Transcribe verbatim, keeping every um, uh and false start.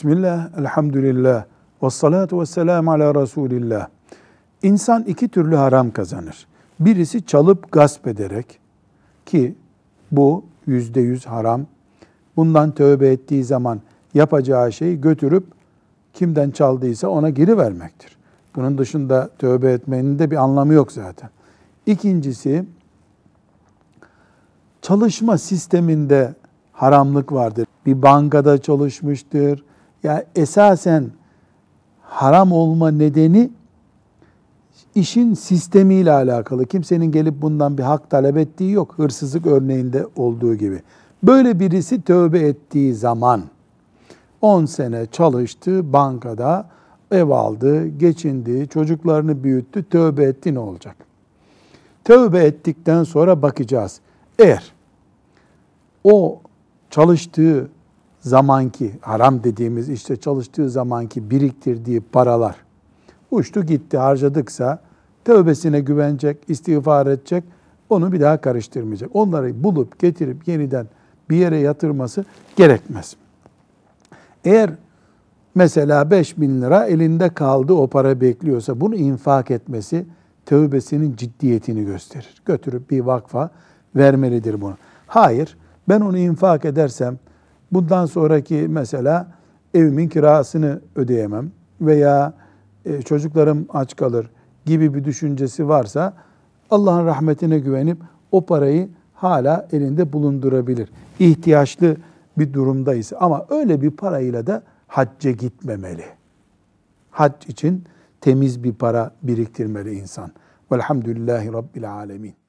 Bismillah, elhamdülillah, ve salatu ve selamu ala Resulillah. İnsan iki türlü haram kazanır. Birisi çalıp gasp ederek, ki bu yüzde yüz haram. Bundan tövbe ettiği zaman yapacağı şey götürüp kimden çaldıysa ona geri vermektir. Bunun dışında tövbe etmenin de bir anlamı yok zaten. İkincisi, çalışma sisteminde haramlık vardır. Bir bankada çalışmıştır. Ya esasen haram olma nedeni işin sistemiyle alakalı. Kimsenin gelip bundan bir hak talep ettiği yok. Hırsızlık örneğinde olduğu gibi. Böyle birisi tövbe ettiği zaman on sene çalıştı bankada, ev aldı, geçindi, çocuklarını büyüttü, tövbe etti, ne olacak? Tövbe ettikten sonra bakacağız. Eğer o çalıştığı zamanki, haram dediğimiz işte çalıştığı zamanki biriktirdiği paralar uçtu gitti, harcadıksa tövbesine güvenecek, istiğfar edecek, onu bir daha karıştırmayacak. Onları bulup getirip yeniden bir yere yatırması gerekmez. Eğer mesela beş bin lira elinde kaldı, o para bekliyorsa bunu infak etmesi tövbesinin ciddiyetini gösterir. Götürüp bir vakfa vermelidir bunu. Hayır, ben onu infak edersem bundan sonraki mesela evimin kirasını ödeyemem veya e, çocuklarım aç kalır gibi bir düşüncesi varsa Allah'ın rahmetine güvenip o parayı hala elinde bulundurabilir. İhtiyaçlı bir durumdayız ama öyle bir parayla da hacca gitmemeli. Hac için temiz bir para biriktirmeli insan. Velhamdülillahi Rabbil alemin.